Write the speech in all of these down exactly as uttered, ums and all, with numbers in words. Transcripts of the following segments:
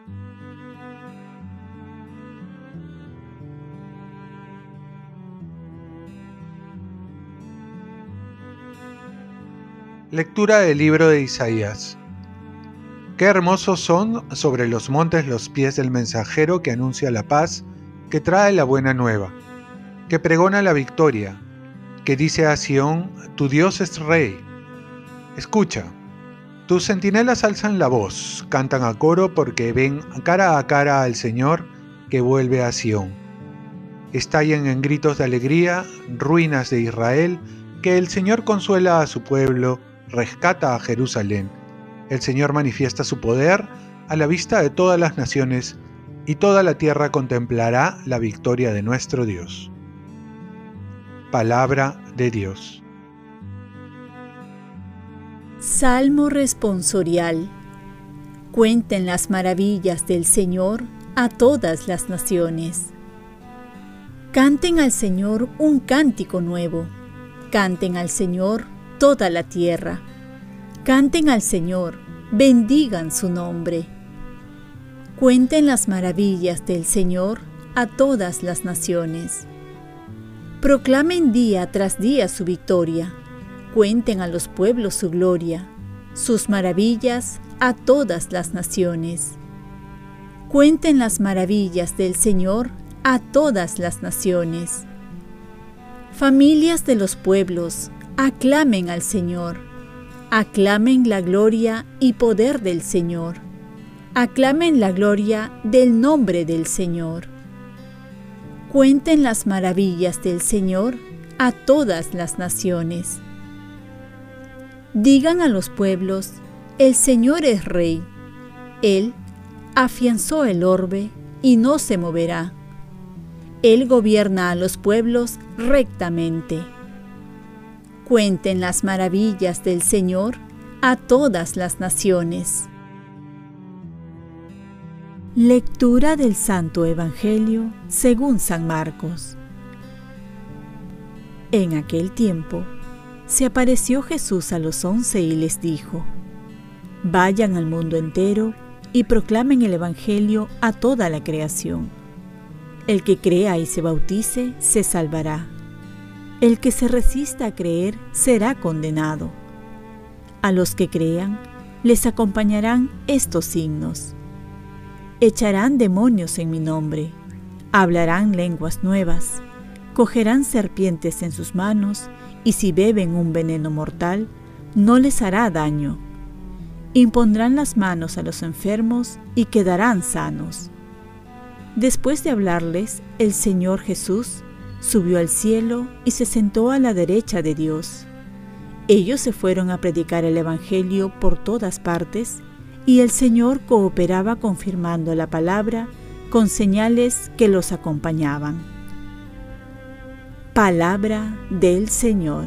Lectura del libro de Isaías. Qué hermosos son sobre los montes los pies del mensajero que anuncia la paz, que trae la buena nueva, que pregona la victoria, que dice a Sión, tu Dios es rey. Escucha, tus centinelas alzan la voz, cantan a coro porque ven cara a cara al Señor que vuelve a Sión. Estallan en gritos de alegría, ruinas de Israel, que el Señor consuela a su pueblo, rescata a Jerusalén. El Señor manifiesta su poder a la vista de todas las naciones, y toda la tierra contemplará la victoria de nuestro Dios. Palabra de Dios. Salmo responsorial. Cuenten las maravillas del Señor a todas las naciones. Canten al Señor un cántico nuevo. Canten al Señor toda la tierra. Canten al Señor, bendigan su nombre. Cuenten las maravillas del Señor a todas las naciones. Proclamen día tras día su victoria. Cuenten a los pueblos su gloria, sus maravillas a todas las naciones. Cuenten las maravillas del Señor a todas las naciones. Familias de los pueblos, aclamen al Señor. Aclamen la gloria y poder del Señor. Aclamen la gloria del nombre del Señor. Cuenten las maravillas del Señor a todas las naciones. Digan a los pueblos, el Señor es Rey. Él afianzó el orbe y no se moverá. Él gobierna a los pueblos rectamente. Cuenten las maravillas del Señor a todas las naciones. Lectura del Santo Evangelio según San Marcos. En aquel tiempo, se apareció Jesús a los once y les dijo: Vayan al mundo entero y proclamen el Evangelio a toda la creación. El que crea y se bautice se salvará. El que se resista a creer será condenado. A los que crean, les acompañarán estos signos. Echarán demonios en mi nombre, hablarán lenguas nuevas, cogerán serpientes en sus manos, y si beben un veneno mortal, no les hará daño. Impondrán las manos a los enfermos y quedarán sanos. Después de hablarles, el Señor Jesús subió al cielo y se sentó a la derecha de Dios. Ellos se fueron a predicar el Evangelio por todas partes, y el Señor cooperaba confirmando la palabra con señales que los acompañaban. Palabra del Señor.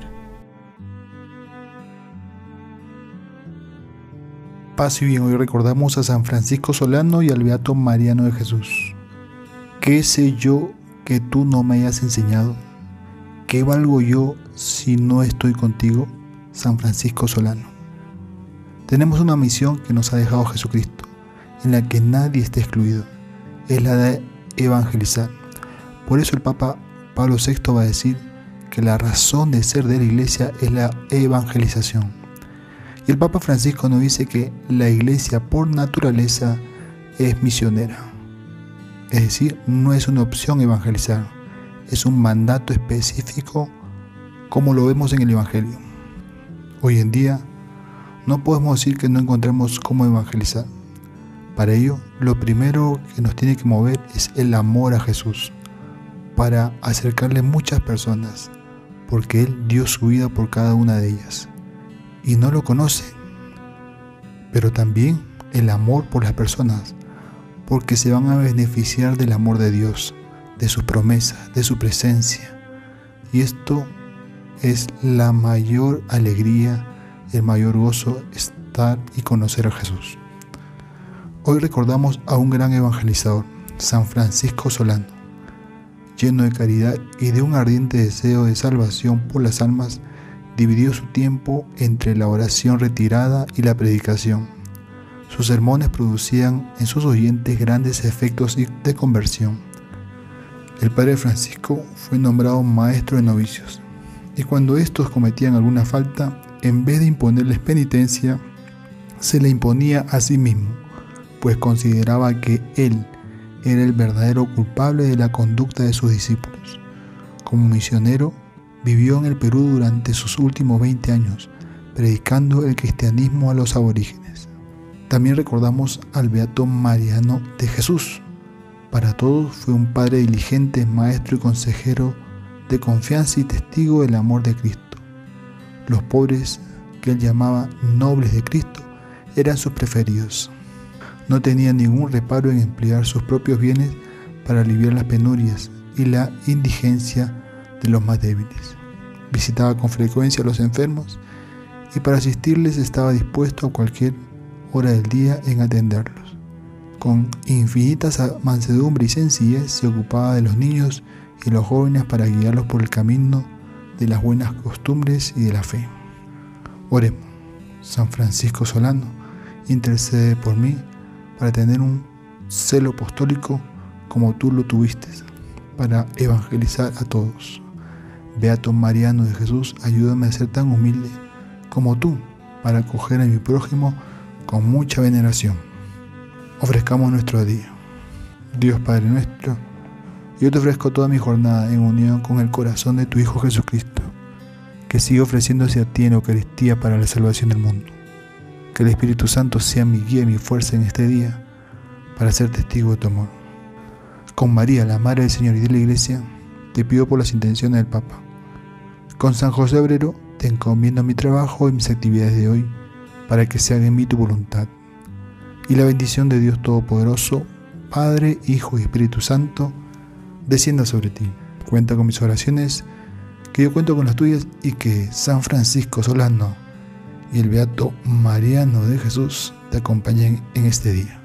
Paz y bien, hoy recordamos a San Francisco Solano y al Beato Mariano de Jesús. ¿Qué sé yo que tú no me hayas enseñado? ¿Qué valgo yo si no estoy contigo? San Francisco Solano. Tenemos una misión que nos ha dejado Jesucristo, en la que nadie está excluido. Es la de evangelizar. Por eso el Papa Pablo sexto va a decir que la razón de ser de la Iglesia es la evangelización. Y el Papa Francisco nos dice que la Iglesia por naturaleza es misionera. Es decir, no es una opción evangelizar, es un mandato específico como lo vemos en el Evangelio. Hoy en día no podemos decir que no encontremos cómo evangelizar. Para ello, lo primero que nos tiene que mover es el amor a Jesús, para acercarle muchas personas, porque Él dio su vida por cada una de ellas, y no lo conocen. Pero también el amor por las personas, porque se van a beneficiar del amor de Dios, de sus promesas, de su presencia. Y esto es la mayor alegría, el mayor gozo, estar y conocer a Jesús. Hoy recordamos a un gran evangelizador, San Francisco Solano. Lleno de caridad y de un ardiente deseo de salvación por las almas, dividió su tiempo entre la oración retirada y la predicación. Sus sermones producían en sus oyentes grandes efectos de conversión. El padre Francisco fue nombrado maestro de novicios, y cuando estos cometían alguna falta, en vez de imponerles penitencia, se le imponía a sí mismo, pues consideraba que él era el verdadero culpable de la conducta de sus discípulos. Como misionero, vivió en el Perú durante sus últimos veinte años, predicando el cristianismo a los aborígenes. También recordamos al beato Mariano de Jesús. Para todos fue un padre diligente, maestro y consejero de confianza y testigo del amor de Cristo. Los pobres, que él llamaba nobles de Cristo, eran sus preferidos. No tenía ningún reparo en emplear sus propios bienes para aliviar las penurias y la indigencia de los más débiles. Visitaba con frecuencia a los enfermos y para asistirles estaba dispuesto a cualquier hora del día en atenderlos. Con infinita mansedumbre y sencillez se ocupaba de los niños y los jóvenes para guiarlos por el camino de las buenas costumbres y de la fe. Oremos. San Francisco Solano, intercede por mí para tener un celo apostólico como tú lo tuviste, para evangelizar a todos. Beato Mariano de Jesús, ayúdame a ser tan humilde como tú, para acoger a mi prójimo con mucha veneración. Ofrezcamos nuestro día. Dios Padre nuestro, yo te ofrezco toda mi jornada en unión con el corazón de tu Hijo Jesucristo, que sigue ofreciéndose a ti en Eucaristía para la salvación del mundo. Que el Espíritu Santo sea mi guía y mi fuerza en este día para ser testigo de tu amor. Con María, la Madre del Señor y de la Iglesia, te pido por las intenciones del Papa. Con San José Obrero, te encomiendo mi trabajo y mis actividades de hoy, para que se haga en mí tu voluntad. Y la bendición de Dios Todopoderoso, Padre, Hijo y Espíritu Santo, descienda sobre ti. Cuenta con mis oraciones, que yo cuento con las tuyas, y que San Francisco Solano y el beato Mariano de Jesús te acompañen en este día.